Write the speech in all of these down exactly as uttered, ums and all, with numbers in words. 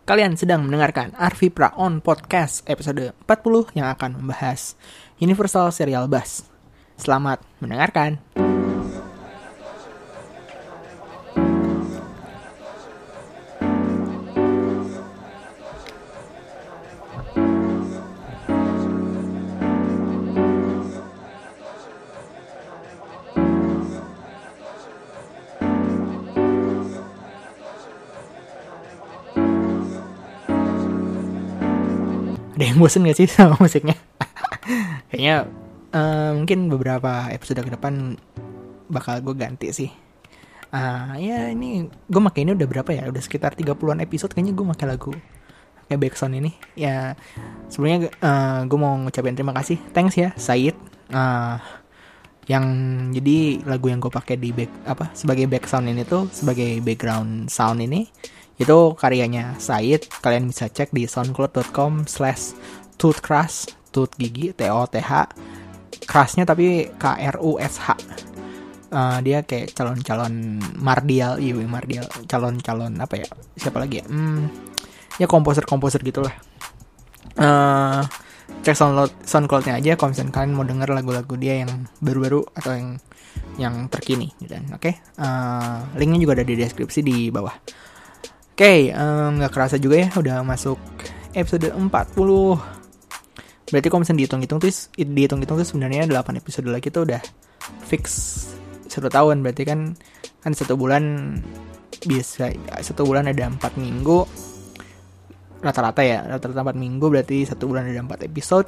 Kalian sedang mendengarkan Arvi Praon Podcast episode empat puluh yang akan membahas Universal Serial Bus. Selamat mendengarkan. Ada yang bosen gak sih sama musiknya? Kayaknya uh, mungkin beberapa episode ke depan bakal gue ganti sih. Uh, ya ini gue makai ini udah berapa ya? Udah sekitar tiga puluhan episode kayaknya gue makai lagu kayak backsound ini. Ya sebelumnya uh, gue mau ngucapin terima kasih, thanks ya Said. Uh, yang jadi lagu yang gue pakai di back apa sebagai backsound ini tuh sebagai background sound ini itu karyanya Said. Kalian bisa cek di soundcloud.com slash toothcrush, tooth gigi, T O T H, crushnya tapi K R U S H. Uh, dia kayak calon-calon mardial, iya mardial, calon-calon apa ya, siapa lagi ya, hmm, ya komposer-komposer gitulah. Uh, cek soundcloud, soundcloudnya aja kalau misalnya kalian mau denger lagu-lagu dia yang baru-baru atau yang yang terkini gitu. Oke, okay? uh, linknya juga ada di deskripsi di bawah. Oke, okay, um, gak kerasa juga ya udah masuk episode empat puluh. Berarti kalau misalnya dihitung-hitung tuh dihitung-hitung tuh sebenarnya delapan episode lagi tuh udah fix satu tahun. Berarti kan kan satu bulan bisa satu bulan ada empat minggu rata-rata ya, rata-rata empat minggu berarti satu bulan ada empat episode.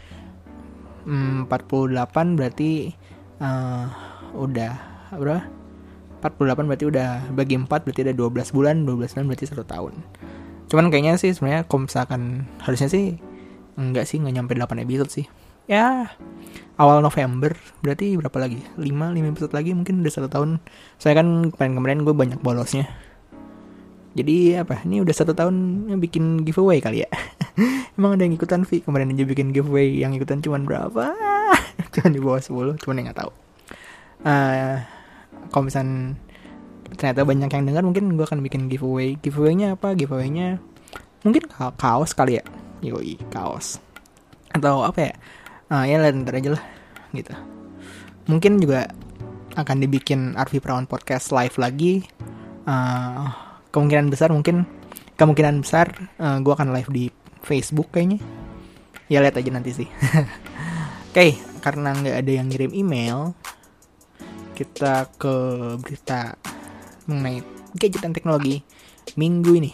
empat puluh delapan berarti uh, udah berapa? empat puluh delapan berarti udah bagi empat berarti ada dua belas bulan, dua belas bulan berarti satu tahun. Cuman kayaknya sih sebenarnya kalau misalkan harusnya sih enggak sih, enggak nyampe delapan episode sih. Ya, awal November berarti berapa lagi? lima, lima episode lagi mungkin udah satu tahun. Saya kan kemarin-kemarin gue banyak bolosnya. Jadi apa? Ini udah satu tahun bikin giveaway kali ya. Emang ada yang ikutan Vi? Kemarin aja bikin giveaway yang ikutan cuman berapa? Cuman di bawah sepuluh, cuman yang enggak tahu. Eh uh, kalau misalnya ternyata banyak yang dengar, mungkin gue akan bikin giveaway. Giveaway-nya apa? Giveaway-nya mungkin ka- kaos kali ya. Yoi, kaos. Atau apa ya? Ah, ya ntar aja lah gitu. Mungkin juga akan dibikin Arvi Praon Podcast live lagi. Uh, kemungkinan besar mungkin kemungkinan besar uh, gue akan live di Facebook kayaknya. Ya lihat aja nanti sih. Oke, okay, karena nggak ada yang ngirim email, kita ke berita mengenai gadget dan teknologi minggu ini.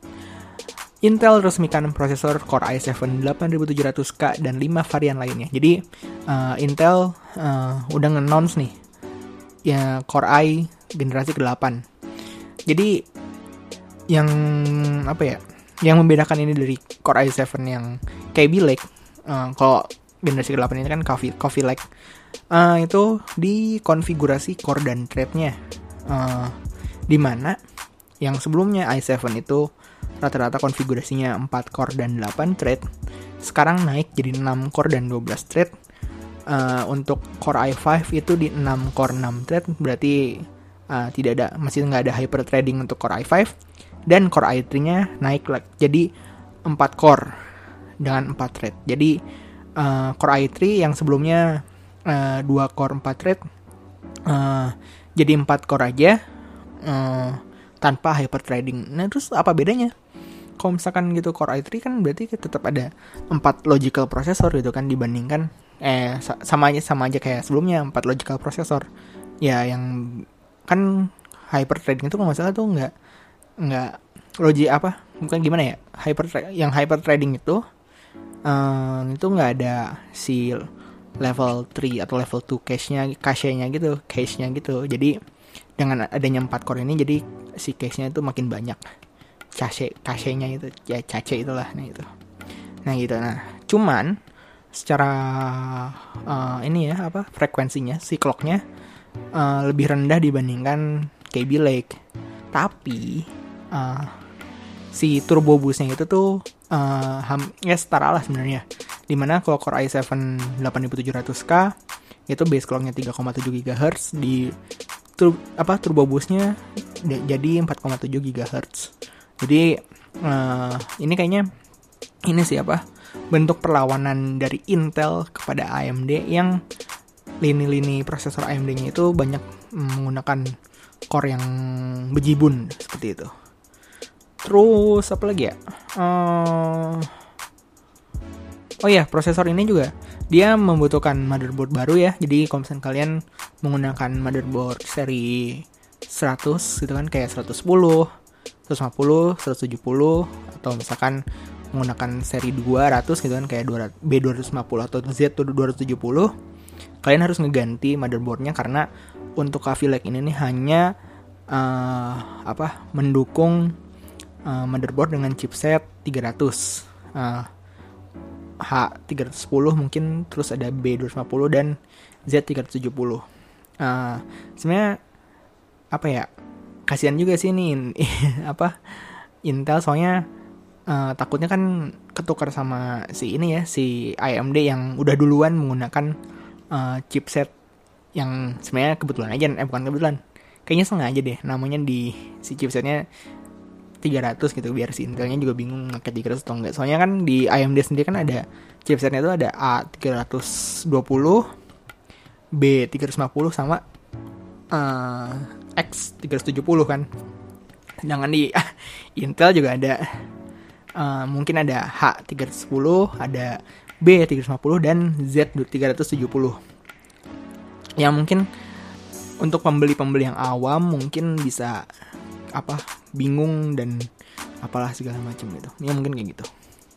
Intel resmikan prosesor Core i tujuh delapan ribu tujuh ratus K dan lima varian lainnya. Jadi uh, Intel uh, udah nge-announce nih ya Core i generasi kedelapan. Jadi yang apa ya? Yang membedakan ini dari Core i tujuh yang Kaby Lake, uh, kalau generasi kedelapan ini kan Coffee Coffee Lake. Uh, itu di konfigurasi core dan thread-nya, uh, dimana yang sebelumnya i tujuh itu rata-rata konfigurasinya empat core dan delapan thread, sekarang naik jadi enam core dan dua belas thread. Uh, untuk Core i lima itu di enam core enam thread, berarti uh, tidak ada, masih nggak ada hyper threading untuk Core i lima. Dan Core i tiga nya naik jadi empat core dengan empat thread. Jadi uh, Core i tiga yang sebelumnya Uh, dua core empat thread uh, jadi empat core aja uh, tanpa hyper threading. Nah terus apa bedanya? Kalau misalkan gitu Core i tiga kan berarti tetap ada empat logical processor gitu kan, dibandingkan eh sama aja sama aja kayak sebelumnya empat logical processor. Ya yang kan hyper threading itu kalau nggak salah tuh nggak nggak logi apa bukan gimana ya hyper yang hyper threading itu uh, itu nggak ada si level tiga atau level dua cache-nya, cache-nya gitu, cache-nya gitu. Jadi dengan adanya empat core ini jadi si cache-nya itu makin banyak. Cache, cache-nya itu ya cache itulah nah itu. Nah gitu. Nah, cuman secara uh, ini ya apa frekuensinya si clock-nya uh, lebih rendah dibandingkan Kaby Lake. Tapi uh, si turbo boost-nya itu tuh uh, ham, ya setara lah sebenarnya. Dimana kalau Core i tujuh delapan ribu tujuh ratus K itu base clock-nya tiga koma tujuh gigahertz, di tur, apa turbo boost-nya d- jadi empat koma tujuh gigahertz. Jadi uh, ini kayaknya ini sih apa bentuk perlawanan dari Intel kepada A M D yang lini-lini prosesor A M D-nya itu banyak menggunakan core yang bejibun seperti itu. Terus apa lagi ya? Uh, oh ya, prosesor ini juga dia membutuhkan motherboard baru ya. Jadi kalau misalnya kalian menggunakan motherboard seri seratus gitu kan, kayak seratus sepuluh, seratus lima puluh, seratus tujuh puluh, atau misalkan menggunakan seri dua ratus gitu kan, kayak B dua ratus lima puluh atau Z dua ratus tujuh puluh, kalian harus ngeganti motherboardnya karena untuk Coffee Lake ini nih hanya uh, apa mendukung uh, motherboard dengan chipset tiga ratus, uh, H tiga ratus sepuluh mungkin, terus ada B dua ratus lima puluh dan Z tiga ratus tujuh puluh. Uh, sebenarnya apa ya, kasihan juga sih nih apa Intel, soalnya uh, takutnya kan ketukar sama si ini ya, si A M D yang udah duluan menggunakan uh, chipset yang sebenarnya kebetulan aja, eh bukan kebetulan, kayaknya sengaja deh namanya di si chipsetnya tiga ratus gitu, biar si Intelnya juga bingung ngeket tiga ratus atau enggak. Soalnya kan di A M D sendiri kan ada chipsetnya itu ada A tiga ratus dua puluh, B tiga ratus lima puluh sama uh, X tiga ratus tujuh puluh kan. Sedangkan di uh, Intel juga ada uh, mungkin ada H tiga ratus sepuluh, ada B tiga ratus lima puluh dan Z tiga ratus tujuh puluh. Ya mungkin untuk pembeli-pembeli yang awam mungkin bisa apa bingung dan apalah segala macam gitu. Ya mungkin kayak gitu.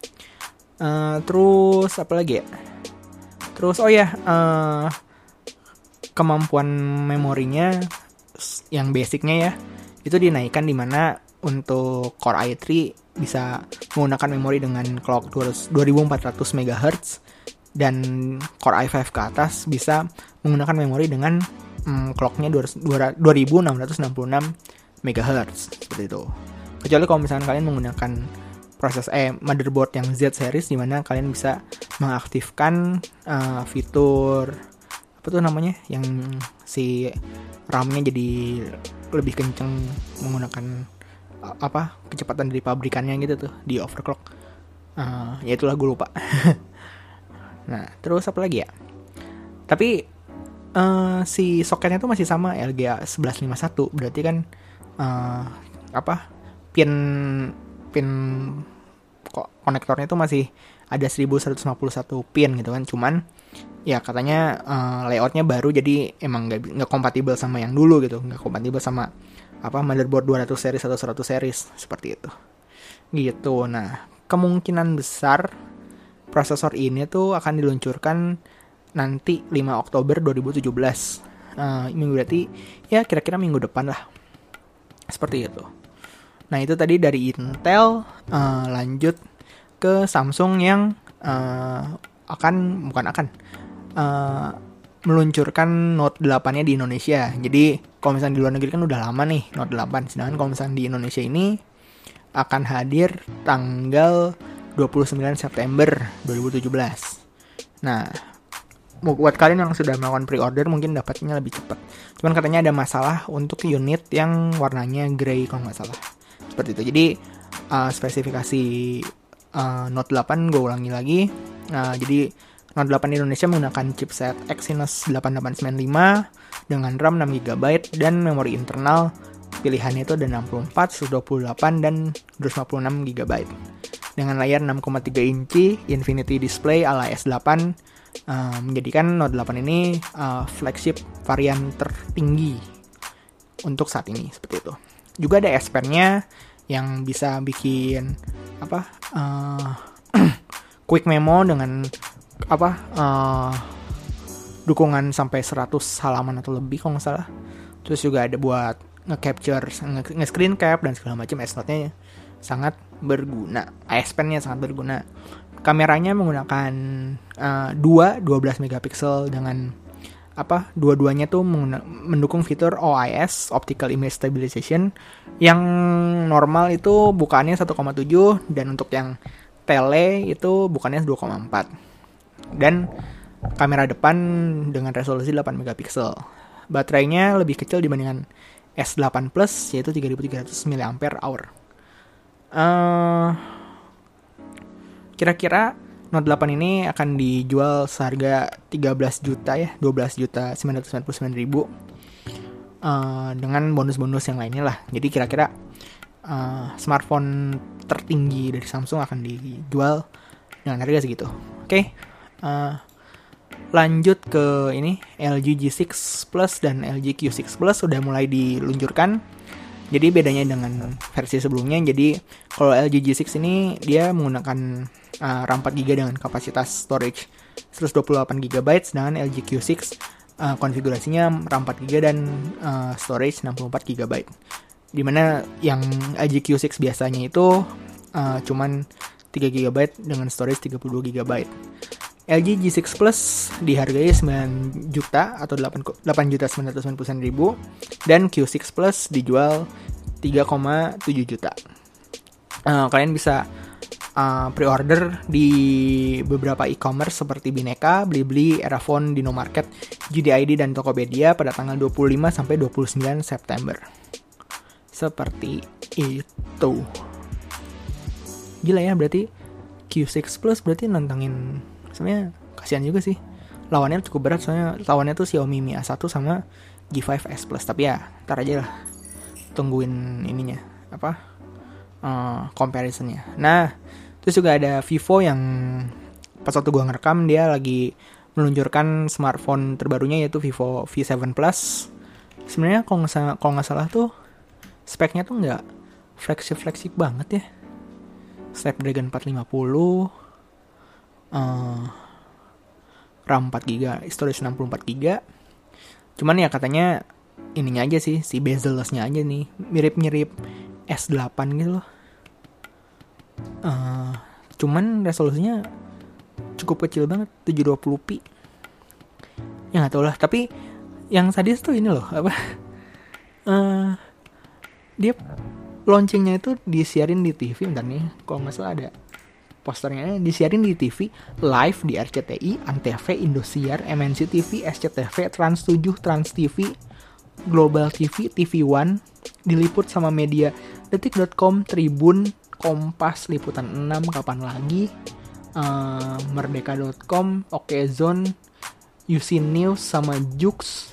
Uh, terus apa lagi ya? Terus oh ya uh, kemampuan memorinya yang basicnya ya itu dinaikkan, dimana untuk Core i tiga bisa menggunakan memori dengan clock dua ribu empat ratus megahertz dan Core i lima ke atas bisa menggunakan memori dengan um, clocknya dua ribu enam ratus enam puluh enam megahertz seperti itu. Kecuali kalau misalkan kalian menggunakan proses eh motherboard yang Z series, di mana kalian bisa mengaktifkan uh, fitur apa tuh namanya yang si RAM-nya jadi lebih kenceng menggunakan uh, apa kecepatan dari pabrikannya gitu tuh, di overclock. Uh, ya itulah, gue lupa. Nah, terus apa lagi ya? Tapi uh, si soketnya tuh masih sama L G A satu satu lima satu, berarti kan uh, apa pin pin kok konektornya tuh masih ada seribu seratus lima puluh satu pin gitu kan. Cuman ya katanya uh, layoutnya baru, jadi emang nggak nggak kompatibel sama yang dulu gitu, nggak kompatibel sama apa motherboard dua ratus series atau seratus series seperti itu gitu. Nah, kemungkinan besar prosesor ini tuh akan diluncurkan nanti lima Oktober dua ribu tujuh belas, uh, minggu berarti ya kira-kira minggu depan lah, seperti itu. Nah, itu tadi dari Intel. Uh, lanjut ke Samsung yang uh, akan bukan akan uh, meluncurkan Note delapan-nya di Indonesia. Jadi kalau misalnya di luar negeri kan udah lama nih Note delapan, sedangkan kalau misalnya di Indonesia ini akan hadir tanggal dua puluh sembilan September dua ribu tujuh belas. Nah, buat kalian yang sudah melakukan pre-order mungkin dapatnya lebih cepat. Cuman katanya ada masalah untuk unit yang warnanya grey kalau nggak salah. Seperti itu. Jadi uh, spesifikasi uh, Note delapan gue ulangi lagi. Uh, jadi Note delapan di Indonesia menggunakan chipset Exynos delapan delapan sembilan lima dengan RAM enam giga byte dan memori internal pilihannya itu ada enam puluh empat, seratus dua puluh delapan dan dua ratus lima puluh enam giga byte. Dengan layar enam koma tiga inci Infinity Display ala S delapan, uh, menjadikan Note delapan ini uh, flagship varian tertinggi untuk saat ini, seperti itu. Juga ada S Pen-nya yang bisa bikin apa uh, quick memo dengan apa uh, dukungan sampai seratus halaman atau lebih kalau nggak salah. Terus juga ada buat nge-capture, nge-screen cap dan segala macam. S Note-nya sangat berguna, S Pen-nya sangat berguna. Kameranya menggunakan uh, dua dua belas megapiksel dengan apa dua-duanya tuh mendukung fitur O I S Optical Image Stabilization yang normal itu bukaannya satu koma tujuh dan untuk yang tele itu bukannya dua koma empat. Dan kamera depan dengan resolusi delapan megapiksel. Baterainya lebih kecil dibandingkan S delapan Plus yaitu tiga ribu tiga ratus miliampere hour. Uh, kira-kira Note delapan ini akan dijual seharga tiga belas juta ya, dua belas juta sembilan ratus sembilan puluh sembilan ribu uh, dengan bonus-bonus yang lainnya lah. Jadi kira-kira uh, smartphone tertinggi dari Samsung akan dijual dengan harga segitu. Oke, okay. uh, lanjut ke ini L G G enam Plus dan L G Q enam Plus sudah mulai diluncurkan. Jadi bedanya dengan versi sebelumnya, jadi kalau L G G enam ini dia menggunakan uh, RAM empat giga dengan kapasitas storage seratus dua puluh delapan giga byte, sedangkan L G Q enam uh, konfigurasinya RAM empat giga dan uh, storage enam puluh empat giga byte. Dimana yang L G Q enam biasanya itu uh, cuman tiga giga byte dengan storage tiga puluh dua giga byte. L G G enam Plus dihargai sembilan juta atau delapan juta sembilan ratus sembilan puluh sembilan ribu dan Q enam Plus dijual tiga koma tujuh juta. Uh, kalian bisa uh, pre-order di beberapa e-commerce seperti Bineka, Blibli, Erafone, Dinomarket, J D I D dan Tokopedia pada tanggal dua puluh lima sampai dua puluh sembilan September. Seperti itu. Gila ya, berarti Q enam Plus berarti nantangin, sebenarnya kasihan juga sih. Lawannya cukup berat, soalnya lawannya tuh Xiaomi Mi A satu sama G lima S Plus. Tapi ya, ntar aja lah. Tungguin ininya, apa, uh, comparisonnya. Nah, terus juga ada Vivo yang pas waktu gue ngerekam dia lagi meluncurkan smartphone terbarunya yaitu Vivo V tujuh Plus. Sebenarnya kalau nggak salah, kalau nggak salah tuh speknya tuh nggak flagship-flagship banget ya. Snapdragon empat lima nol, uh, RAM empat giga, storage enam puluh empat giga. Cuman ya katanya ininya aja sih, si bezel-nya aja nih mirip-mirip S delapan gitu loh. Uh, cuman resolusinya cukup kecil banget, tujuh dua puluh p. Ya nggak tau lah. Tapi yang sadis tuh ini loh, apa? Uh, dia launchingnya itu disiarin di T V, bentar nih, kalau nggak salah ada posternya, disiarin di T V live di R C T I, Antv, Indosiar, M N C T V, S C T V, Trans tujuh, Trans T V, Global T V, T V One, diliput sama media detik dot com, Tribun, Kompas, Liputan enam, Kapan Lagi, uh, Merdeka dot com, Okezone, U C News, sama Jux.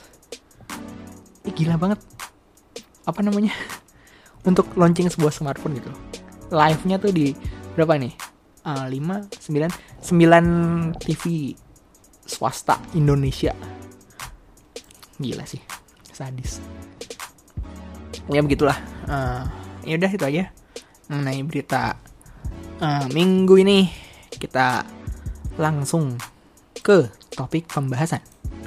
Eh, gila banget. Apa namanya? Untuk launching sebuah smartphone gitu. Live-nya tuh di berapa nih? Uh, lima, sembilan, sembilan T V swasta Indonesia. Gila sih. Sadis. Ya begitulah. Uh, ya udah itu aja mengenai berita uh, minggu ini. Kita langsung ke topik pembahasan.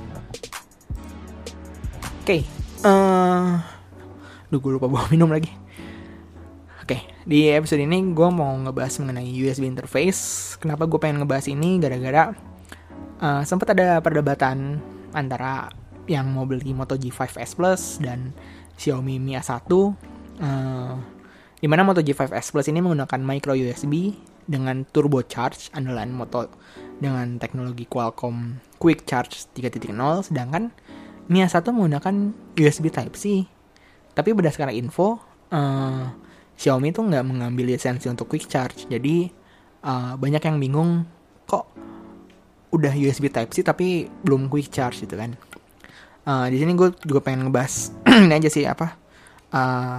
Oke. Okay. Uh, duh, gue lupa bawa minum lagi. Oke, okay, di episode ini gue mau ngebahas mengenai U S B interface. Kenapa gue pengen ngebahas ini? Gara-gara uh, sempat ada perdebatan antara yang mau beli Moto G lima S Plus dan Xiaomi Mi A satu, uh, dimana Moto G lima S Plus ini menggunakan micro U S B dengan turbo charge andalan Moto dengan teknologi Qualcomm Quick Charge tiga titik nol, sedangkan Mi A satu menggunakan U S B Type-C. Tapi berdasarkan info, uh, Xiaomi tuh nggak mengambil lisensi untuk Quick Charge, jadi uh, banyak yang bingung kok udah U S B Type-C tapi belum Quick Charge gitu kan. Uh, di sini gue juga pengen ngebahas ini aja sih apa uh,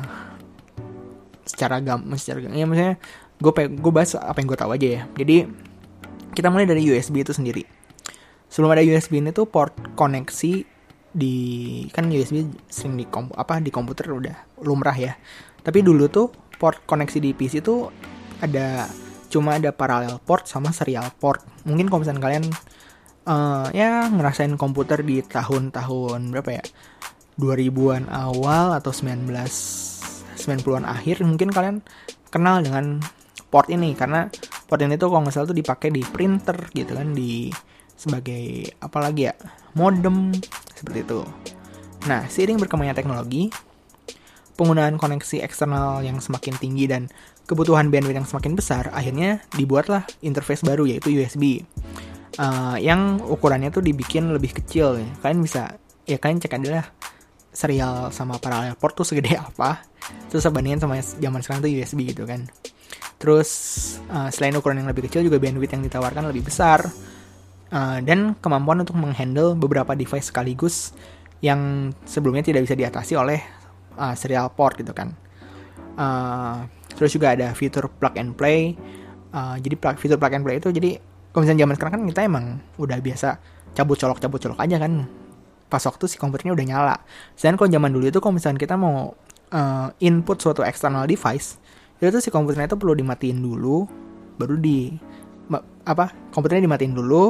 secara gam, secara gam, ya maksudnya gue pengen gue bahas apa yang gue tahu aja ya. Jadi kita mulai dari U S B itu sendiri. Sebelum ada U S B ini tuh port koneksi di kan U S B sering di kom, apa di komputer udah lumrah ya. Tapi dulu tuh port koneksi di P C tuh ada cuma ada parallel port sama serial port. Mungkin kalau misalnya kalian uh, ya ngerasain komputer di tahun-tahun berapa ya? dua ribuan awal atau sembilan belas sembilan puluhan akhir, mungkin kalian kenal dengan port ini karena port ini tuh kalau nggak salah tuh dipakai di printer gitu kan, di sebagai apa lagi ya, modem seperti itu. Nah, seiring berkembangnya teknologi, penggunaan koneksi eksternal yang semakin tinggi dan kebutuhan bandwidth yang semakin besar, akhirnya dibuatlah interface baru yaitu U S B uh, yang ukurannya tuh dibikin lebih kecil. Ya. Kalian bisa, ya kalian cek aja lah serial sama parallel port tuh segede apa, terus bandingin sama zaman sekarang tuh U S B gitu kan. Terus uh, selain ukuran yang lebih kecil juga bandwidth yang ditawarkan lebih besar, uh, dan kemampuan untuk menghandle beberapa device sekaligus yang sebelumnya tidak bisa diatasi oleh uh, serial port gitu kan. Uh, terus juga ada fitur plug and play. Uh, jadi plug, fitur plug and play itu jadi kalau misalnya zaman sekarang kan kita emang udah biasa cabut colok cabut colok aja kan. Pas waktu si komputernya udah nyala. Sedangkan kalau zaman dulu itu kalau misalnya kita mau uh, input suatu external device, itu tuh si komputernya itu perlu dimatiin dulu, baru di apa komputernya dimatiin dulu,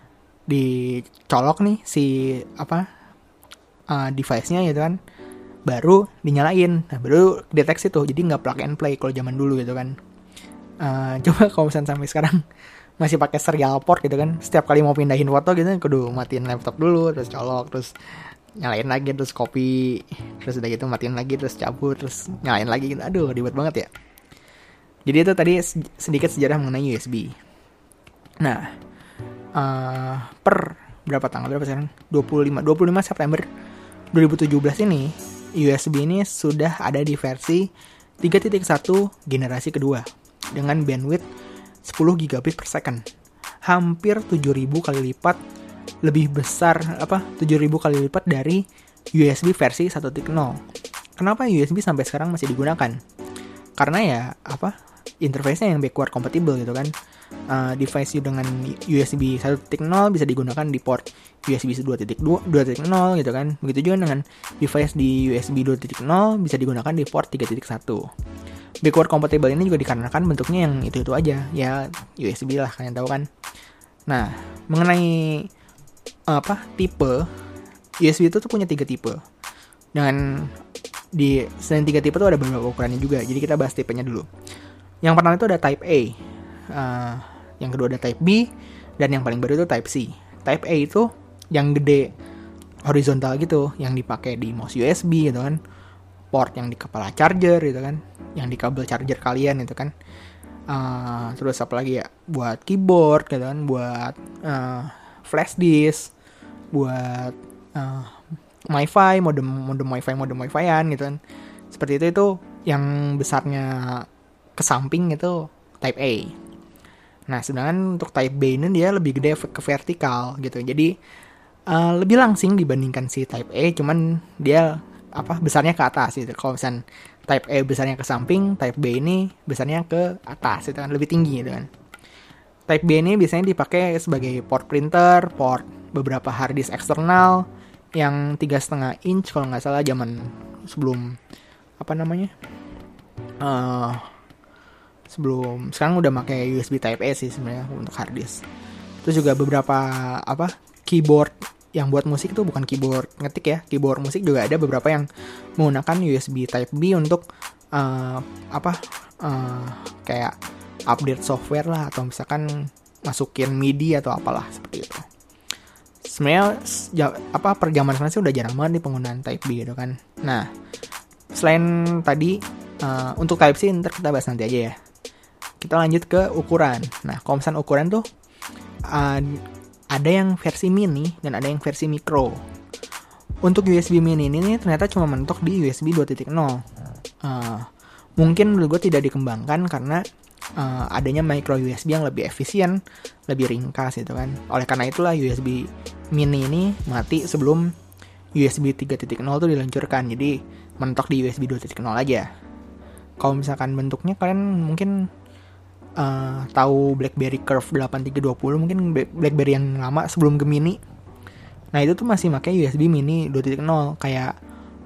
dicolok nih si apa uh, device-nya gitu kan, baru dinyalain, nah baru deteksi tuh, jadi nggak plug and play kalau zaman dulu gitu kan. Uh, coba kalau misalnya sampai sekarang masih pakai serial port gitu kan, setiap kali mau pindahin foto gitu kudu matiin laptop dulu, terus colok, terus nyalain lagi, terus copy, terus udah gitu matiin lagi, terus cabut, terus nyalain lagi gitu. Aduh ribet banget ya. Jadi itu tadi sedikit sejarah mengenai U S B. Nah, uh, per berapa tanggal berapa sekarang? dua puluh lima September dua ribu tujuh belas ini, U S B ini sudah ada di versi tiga titik satu generasi kedua dengan bandwidth sepuluh gigabit per second. Hampir tujuh ribu kali lipat lebih besar, apa? tujuh ribu kali lipat dari U S B versi satu titik nol. Kenapa U S B sampai sekarang masih digunakan? Karena ya, apa? Interface-nya yang backward compatible gitu kan. Uh, device dengan U S B satu titik nol bisa digunakan di port U S B dua titik nol gitu kan. Begitu juga dengan device di U S B dua titik nol bisa digunakan di port tiga titik satu. Backward compatible ini juga dikarenakan bentuknya yang itu-itu aja. Ya U S B lah, kalian tahu kan. Nah, mengenai apa tipe U S B itu tuh punya tiga tipe. Dan di selain tiga tipe tuh ada beberapa ukurannya juga. Jadi kita bahas tipenya dulu. Yang pertama itu ada Type A, uh, yang kedua ada Type B, dan yang paling baru itu Type C. Type A itu yang gede horizontal gitu, yang dipakai di mouse U S B gitu kan, port yang di kepala charger gitu kan, yang di kabel charger kalian gitu kan. Uh, terus apa lagi ya, buat keyboard gitu kan, buat uh, flash disk, buat uh, MiFi, modem modem MiFi modem MiFi-an gitu kan. Seperti itu itu yang besarnya ke samping itu Type A. Nah, sedangkan untuk Type B ini dia lebih gede ke vertikal gitu. Jadi uh, lebih langsing dibandingkan si Type A, cuman dia apa besarnya ke atas gitu. Kalau misalnya Type A besarnya ke samping, Type B ini besarnya ke atas itu kan, lebih tinggi gitu kan. Type B ini biasanya dipakai sebagai port printer, port beberapa hard disk eksternal yang tiga koma lima inch kalau nggak salah zaman sebelum apa namanya uh, sebelum sekarang udah pakai U S B Type A sih sebenarnya untuk hard disk. Terus juga beberapa apa keyboard yang buat musik itu bukan keyboard ngetik ya, keyboard musik juga ada beberapa yang menggunakan U S B Type B untuk uh, apa uh, kayak update software lah, atau misalkan masukin MIDI atau apalah seperti itu. Sebenarnya apa per zaman sekarang sih udah jarang banget nih penggunaan Type B gitu kan. Nah, selain tadi uh, untuk Type C ntar kita bahas nanti aja ya. Kita lanjut ke ukuran. Nah, kalau misalnya ukuran tuh uh, ada yang versi mini dan ada yang versi micro. Untuk U S B mini ini ternyata cuma mentok di U S B dua titik nol. Uh, mungkin menurut gue tidak dikembangkan karena uh, adanya micro U S B yang lebih efisien, lebih ringkas gitu kan. Oleh karena itulah U S B mini ini mati sebelum U S B tiga titik nol tuh diluncurkan. Jadi mentok di U S B dua titik nol aja. Kalau misalkan bentuknya kalian mungkin uh, tahu BlackBerry Curve delapan tiga dua nol, mungkin BlackBerry yang lama sebelum Gemini. Nah, itu tuh masih pakai U S B mini dua titik nol kayak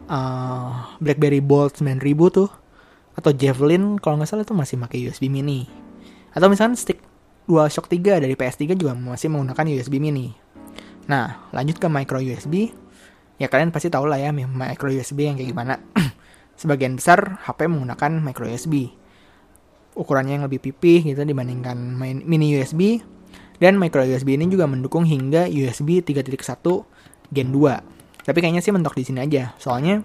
uh, BlackBerry Bold sembilan ribu tuh, atau Javelin kalau nggak salah tuh masih pakai U S B mini. Atau misalkan stick DualShock tiga dari P S tiga juga masih menggunakan U S B mini. Nah, lanjut ke micro U S B. Ya kalian pasti tahu lah ya micro U S B yang kayak gimana. Sebagian besar H P menggunakan micro U S B. Ukurannya yang lebih pipih gitu dibandingkan mini U S B. Dan micro U S B ini juga mendukung hingga U S B tiga titik satu Gen dua. Tapi kayaknya sih mentok di sini aja. Soalnya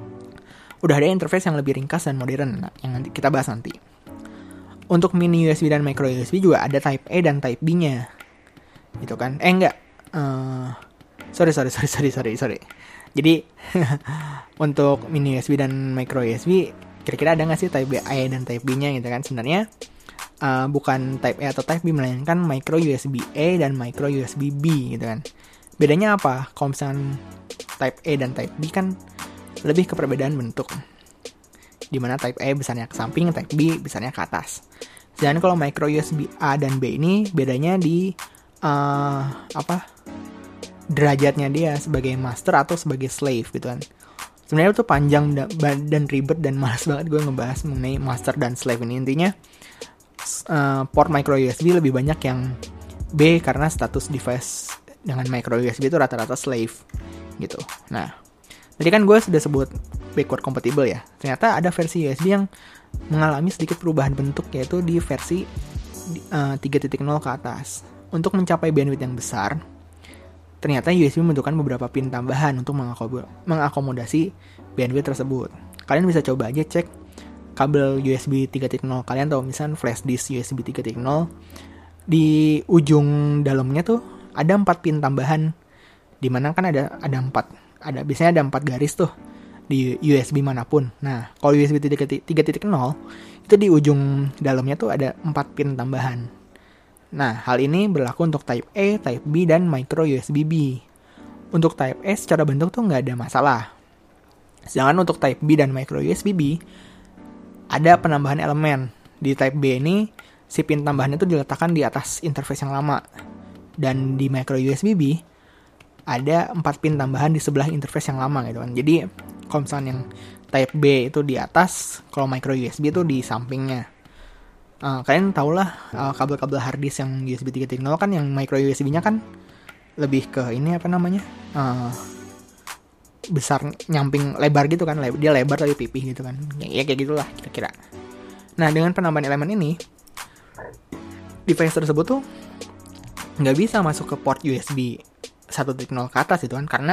udah ada interface yang lebih ringkas dan modern, nah, yang nanti kita bahas nanti. Untuk mini U S B dan micro U S B juga ada Type A dan Type B-nya. Gitu kan? Eh enggak. Uh, sorry sorry sorry sorry sorry sorry. Jadi untuk mini U S B dan micro U S B kira-kira ada nggak sih Type A dan Type B-nya gitu kan? Sebenarnya uh, bukan Type A atau Type B, melainkan micro U S B A dan micro U S B B gitu kan. Bedanya apa? Kalau misalkan Type A dan Type B kan lebih ke perbedaan bentuk, dimana Type A besarnya ke samping, Type B besarnya ke atas. Sedangkan kalau micro U S B A dan B ini bedanya di uh, apa derajatnya dia, sebagai master atau sebagai slave gitu kan. Sebenarnya itu panjang dan ribet dan malas banget gue ngebahas mengenai master dan slave ini. Intinya uh, port micro U S B lebih banyak yang B karena status device dengan micro U S B itu rata-rata slave gitu. Nah, tadi kan gue sudah sebut backward compatible ya. Ternyata ada versi U S B yang mengalami sedikit perubahan bentuk, yaitu di versi uh, tiga titik nol ke atas. Untuk mencapai bandwidth yang besar, ternyata U S B membutuhkan beberapa pin tambahan untuk mengakomodasi bandwidth tersebut. Kalian bisa coba aja cek kabel U S B tiga titik nol kalian, atau misalnya flash disk U S B tiga titik nol. Di ujung dalamnya tuh ada empat pin tambahan, dimana kan ada ada empat, ada biasanya ada empat garis tuh di U S B manapun. Nah, kalau U S B tiga titik nol itu di ujung dalamnya tuh ada empat pin tambahan. Nah, hal ini berlaku untuk Type A, Type B, dan micro U S B B. Untuk Type A secara bentuk tuh nggak ada masalah. Sedangkan untuk Type B dan micro U S B B ada penambahan elemen. Di Type B ini si pin tambahannya tuh diletakkan di atas interface yang lama. Dan di micro U S B B ada empat pin tambahan di sebelah interface yang lama gitu kan. Jadi kalau misalnya yang Type B itu di atas, kalau micro U S B itu di sampingnya. Uh, kalian tau lah uh, kabel-kabel hard disk yang U S B tiga titik nol kan, yang micro U S B-nya kan lebih ke ini apa namanya uh, besar, nyamping, lebar gitu kan. Dia lebar tapi pipih gitu kan. Ya, ya kayak gitulah kira-kira. Nah, dengan penambahan elemen ini, device tersebut tuh nggak bisa masuk ke port U S B satu titik nol ke atas gitu kan, karena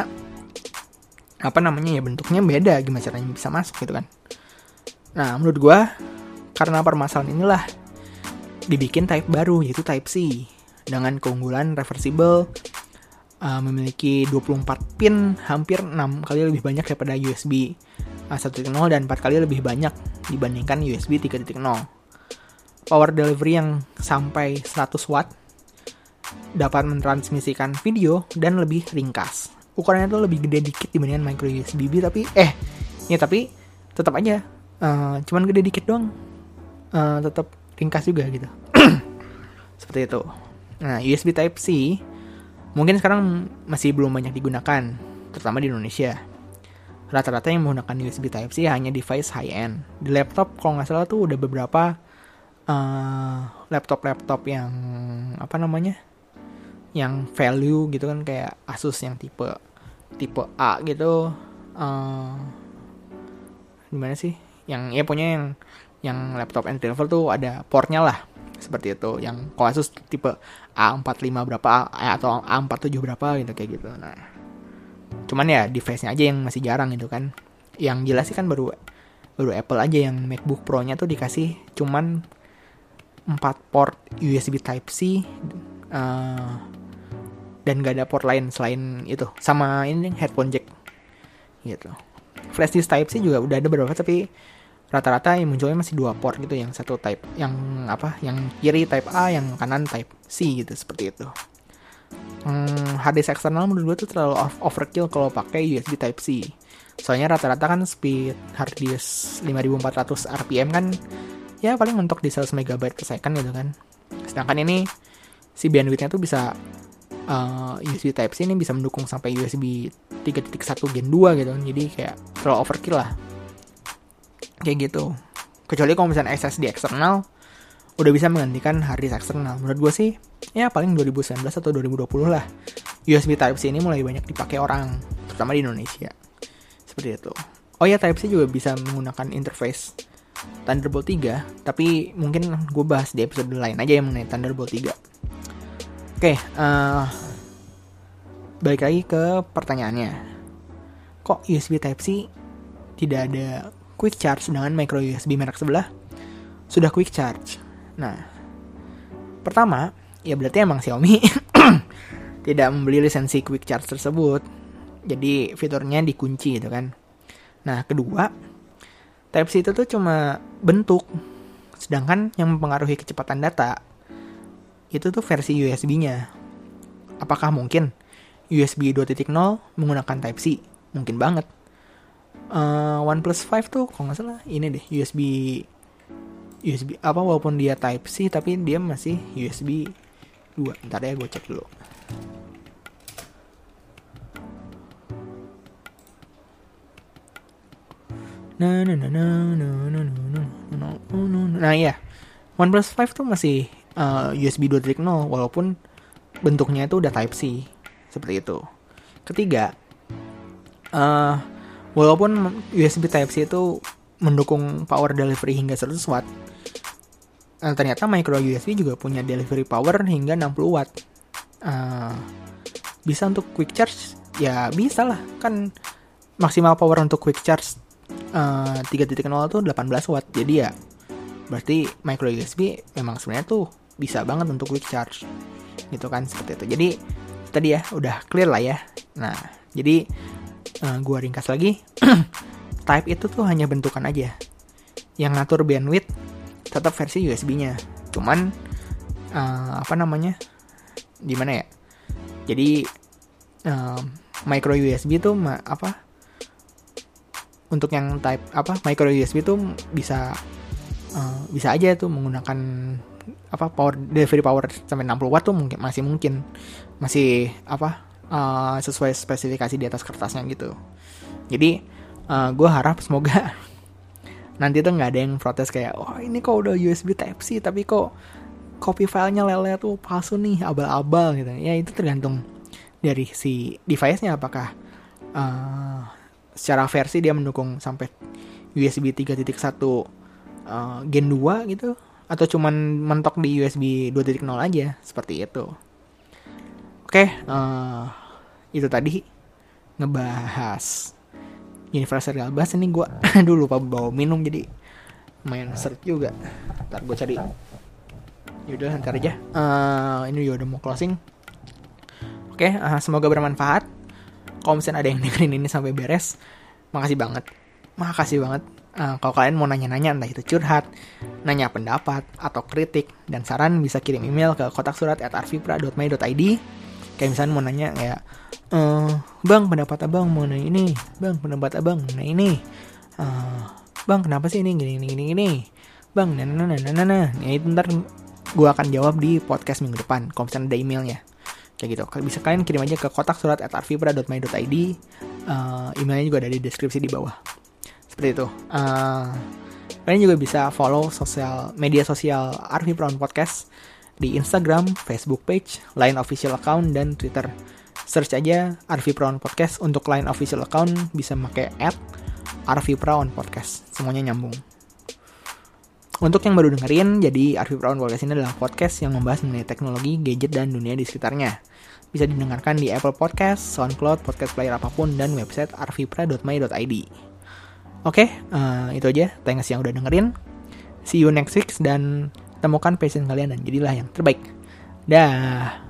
apa namanya ya, bentuknya beda, gimana caranya bisa masuk gitu kan. Nah, menurut gue karena permasalahan inilah dibikin type baru, yaitu Type C, dengan keunggulan reversible, uh, memiliki dua puluh empat pin, hampir enam kali lebih banyak daripada U S B uh, satu titik nol dan empat kali lebih banyak dibandingkan U S B tiga titik nol. Power delivery yang sampai seratus watt, dapat mentransmisikan video dan lebih ringkas. Ukurannya tuh lebih gede dikit dibandingkan micro U S B B, tapi eh ya tapi tetap aja uh, cuman gede dikit doang, uh, tetap ringkas juga gitu. Seperti itu. Nah, U S B Type C mungkin sekarang masih belum banyak digunakan, terutama di Indonesia. Rata-rata yang menggunakan U S B Type C hanya device high end. Di laptop kalau nggak salah tuh udah beberapa uh, laptop-laptop yang apa namanya, yang value gitu kan, kayak Asus yang tipe tipe A gitu, uh, gimana sih, yang ya punya yang yang laptop entry level tuh ada portnya lah, seperti itu. Yang kalau Asus tipe A empat puluh lima berapa atau A empat puluh tujuh berapa gitu, kayak gitu. Nah, cuman ya device-nya aja yang masih jarang gitu kan. Yang jelas sih kan baru baru Apple aja yang MacBook Pro-nya tuh dikasih cuman empat port U S B Type C, uh, dan gak ada port lain selain itu, sama ini headphone jack gitu. Flash disk Type C juga udah ada beberapa, tapi rata-rata yang munculnya masih dua port gitu, yang satu type, yang apa, yang kiri Type A, yang kanan Type C gitu, seperti itu. Hmm, hard disk eksternal menurut gue tuh terlalu overkill kalau pakai U S B Type C. Soalnya rata-rata kan speed hard disk lima ribu empat ratus R P M kan ya paling mentok di seratus megabyte per second gitu kan. Sedangkan ini si bandwidth-nya tuh bisa uh, U S B Type C ini bisa mendukung sampai U S B tiga titik satu gen dua gitu kan. Jadi kayak terlalu overkill lah. Kayak gitu. Kecuali kalau misalnya S S D eksternal udah bisa menggantikan hard disk eksternal. Menurut gue sih ya paling dua ribu sembilan belas atau dua ribu dua puluh lah U S B Type C ini mulai banyak dipakai orang, terutama di Indonesia. Seperti itu. Oh ya, Type C juga bisa menggunakan interface Thunderbolt tiga, tapi mungkin gue bahas di episode lain aja yang mengenai Thunderbolt tiga. Oke, uh, balik lagi ke pertanyaannya. Kok U S B Type C tidak ada quick charge, sedangkan micro U S B merek sebelah sudah quick charge? Nah, pertama, ya berarti emang Xiaomi tidak membeli lisensi quick charge tersebut. Jadi fiturnya dikunci gitu kan. Nah, kedua, Type C itu tuh cuma bentuk, Sedangkan yang mempengaruhi kecepatan data itu tuh versi U S B-nya. Apakah mungkin U S B dua titik nol menggunakan Type-C? Mungkin banget. Uh, OnePlus lima tuh kalau nggak salah ini deh U S B U S B apa walaupun dia Type-C tapi dia masih U S B dua. Ntar ya gue cek dulu. Nah, nah, nah, nah, nah, nah, nah, nah, nah, nah, ya, OnePlus lima tuh masih uh, U S B dua titik nol walaupun bentuknya itu udah Type-C seperti itu. Ketiga, uh, walaupun U S B Type-C itu mendukung power delivery hingga seratus watt, uh, ternyata micro U S B juga punya delivery power hingga enam puluh watt. Uh, bisa untuk quick charge? Ya bisa lah, kan maksimal power untuk quick charge uh, tiga titik nol tuh delapan belas watt. Jadi ya berarti micro U S B memang sebenarnya tuh bisa banget untuk quick charge. Gitu kan, seperti itu. Jadi tadi ya udah clear lah ya. Nah, jadi uh, gua ringkas lagi. Type itu tuh hanya bentukan aja. Yang ngatur bandwidth tetap versi U S B-nya. Cuman uh, apa namanya? Gimana ya? Jadi uh, micro U S B tuh ma- apa? Untuk yang type apa? Micro U S B tuh bisa uh, bisa aja tuh menggunakan apa power delivery power sampai enam puluh watt tuh mungkin masih mungkin masih apa uh, sesuai spesifikasi di atas kertasnya gitu. Jadi uh, gue harap semoga nanti tuh nggak ada yang protes kayak oh ini kok udah U S B Type-C tapi kok copy filenya lele tuh palsu nih, abal-abal gitu. Ya itu tergantung dari si device-nya apakah uh, secara versi dia mendukung sampai U S B tiga titik satu uh, Gen dua gitu atau cuman mentok di U S B dua titik nol aja, seperti itu. Oke, uh, itu tadi ngebahas Universal Serial Bus. Ini gue dulu lupa bawa minum jadi main search juga. Ntar gue cari. Yaudah ntar aja. Uh, ini udah mau closing. Oke, uh, semoga bermanfaat. Kalau misalnya ada yang dengerin ini sampai beres, makasih banget. Makasih banget. Uh, kalau kalian mau nanya-nanya, entah itu curhat, nanya pendapat, atau kritik, dan saran, bisa kirim email ke kotak surat at arvipra dot my dot i d. Kayak misalnya mau nanya kayak, uh, Bang, pendapat abang mengenai ini. Bang, pendapat abang mengenai ini. Uh, bang, kenapa sih ini gini, gini, gini, gini. Bang, nah, nah, nah, nah, nah, nah. Ya itu ntar gue akan jawab di podcast minggu depan, kalau misalnya ada emailnya. Kayak gitu. Bisa kalian kirim aja ke kotak surat at arvipra dot my dot i d. Uh, emailnya juga ada di deskripsi di bawah. Seperti itu. Uh, kalian juga bisa follow sosial media sosial Arvipra on Podcast di Instagram, Facebook page, Line official account, dan Twitter. Search aja Arvipra on Podcast. Untuk Line official account bisa pakai at Arvipra on Podcast. Semuanya nyambung. Untuk yang baru dengerin, jadi Arvipra on Podcast ini adalah podcast yang membahas mengenai teknologi, gadget, dan dunia di sekitarnya. Bisa didengarkan di Apple Podcast, SoundCloud, podcast player apapun, dan website arvipra dot my dot i d. Oke, okay, uh, itu aja. Thanks yang udah dengerin. See you next week dan temukan passion kalian dan jadilah yang terbaik. Dah.